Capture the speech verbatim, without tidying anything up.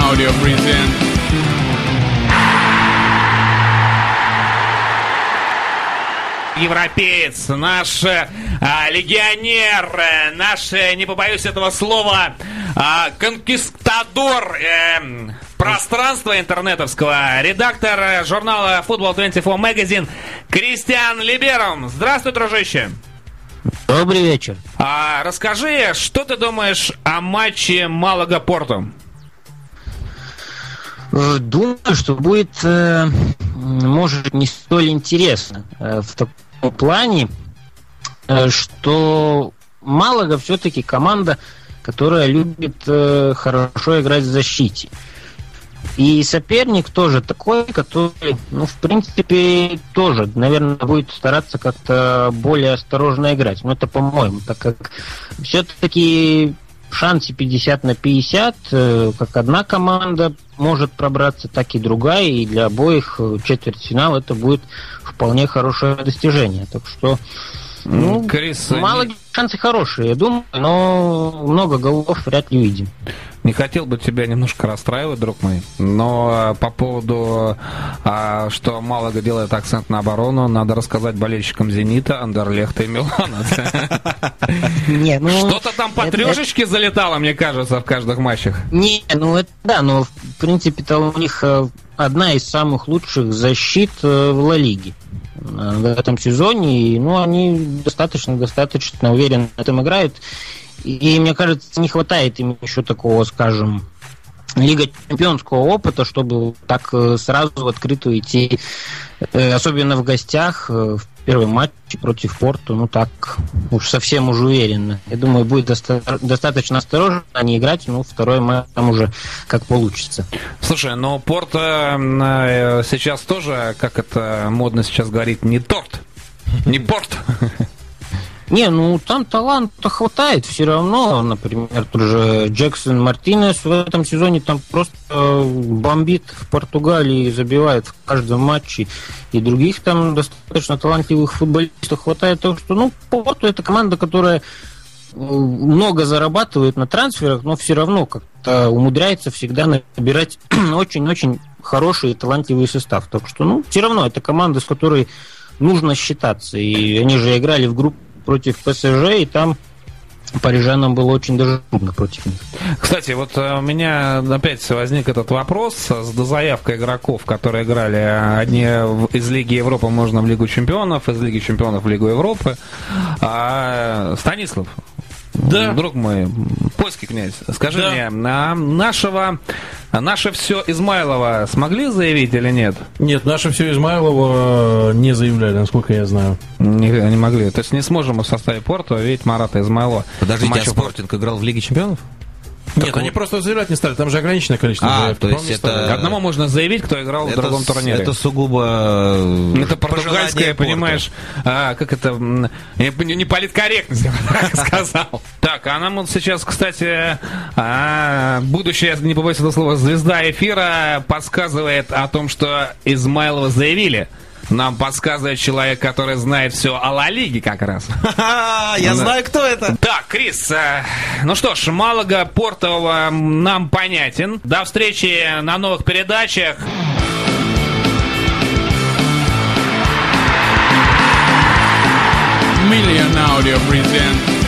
Audio present. Европеец, наш а, легионер, наш, не побоюсь этого слова, а, конкистадор э, пространства интернетовского, редактор журнала Football двадцать четыре Magazine Кристиан Либером. Здравствуй, дружище. Добрый вечер. А, расскажи, что ты думаешь о матче Малага-Порту? Думаю, что будет, э, может, не столь интересно э, в таком плане, э, что Малага все-таки команда, которая любит э, хорошо играть в защите. И соперник тоже такой, который, ну, в принципе, тоже, наверное, будет стараться как-то более осторожно играть. Но это, по-моему, так как все-таки в шансе пятьдесят на пятьдесят, как одна команда может пробраться, так и другая, и для обоих четвертьфинал это будет вполне хорошее достижение. Так что, ну, Крис, мало не... шансы хорошие, я думаю, но много голов вряд ли увидим. Не хотел бы тебя немножко расстраивать, друг мой, но по поводу, а, что Малага делает акцент на оборону, надо рассказать болельщикам Зенита, Андерлехта и Милана. Что-то там по трешечке залетало, мне кажется, в каждых матчах. Не, ну это да, но в принципе-то у них одна из самых лучших защит в Ла Лиге в этом сезоне, и ну, они достаточно-достаточно уверенно в этом играют. И, мне кажется, не хватает им еще такого, скажем, Лига чемпионского опыта, чтобы так сразу в открытую идти, особенно в гостях, в первый матч против Порту, ну так, уж совсем уже уверенно. Я думаю, будет доста- достаточно осторожно, а не играть, ну, второй матч там уже как получится. Слушай, но Порто сейчас тоже, как это модно сейчас говорить, не торт, не порт. Не, ну там таланта хватает все равно. Например, тот же Джексон Мартинес в этом сезоне там просто бомбит в Португалии, забивает в каждом матче. И других там достаточно талантливых футболистов хватает. Так что, ну, Порту это команда, которая много зарабатывает на трансферах, но все равно как-то умудряется всегда набирать очень-очень хороший и талантливый состав. Так что, ну, все равно это команда, с которой нужно считаться. И они же играли в группе против ПСЖ, и там парижанам было очень даже трудно против них. Кстати, вот у меня опять возник этот вопрос с дозаявкой игроков, которые играли одни из Лиги Европы, можно в Лигу Чемпионов, из Лиги Чемпионов в Лигу Европы. А, Станислав, да. Друг мой, польский князь, скажи да. мне, а нашего, наше все Измайлова смогли заявить или нет? Нет, наше все Измайлова не заявляли, насколько я знаю. Не, не могли. То есть не сможем мы в составе Порту видеть Марата Измайлова. Подождите, а Спортинг играл в Лиге Чемпионов? Нет, они просто заявлять не стали, там же ограниченное количество а, заявок. То есть это... Одному можно заявить, кто играл это в другом турнире. Это сугубо... Это португальское, понимаешь, а, как это, не, не политкорректность, я бы так сказал. Так, а нам вот сейчас, кстати, а, будущая, не побоюсь этого слова, звезда эфира подсказывает о том, что Измайлова заявили. Нам подсказывает человек, который знает все о Ла Лиге как раз. Я знаю, кто это. Так, Крис, ну что ж, Малага, Порту нам понятен. До встречи на новых передачах. Million Audio present.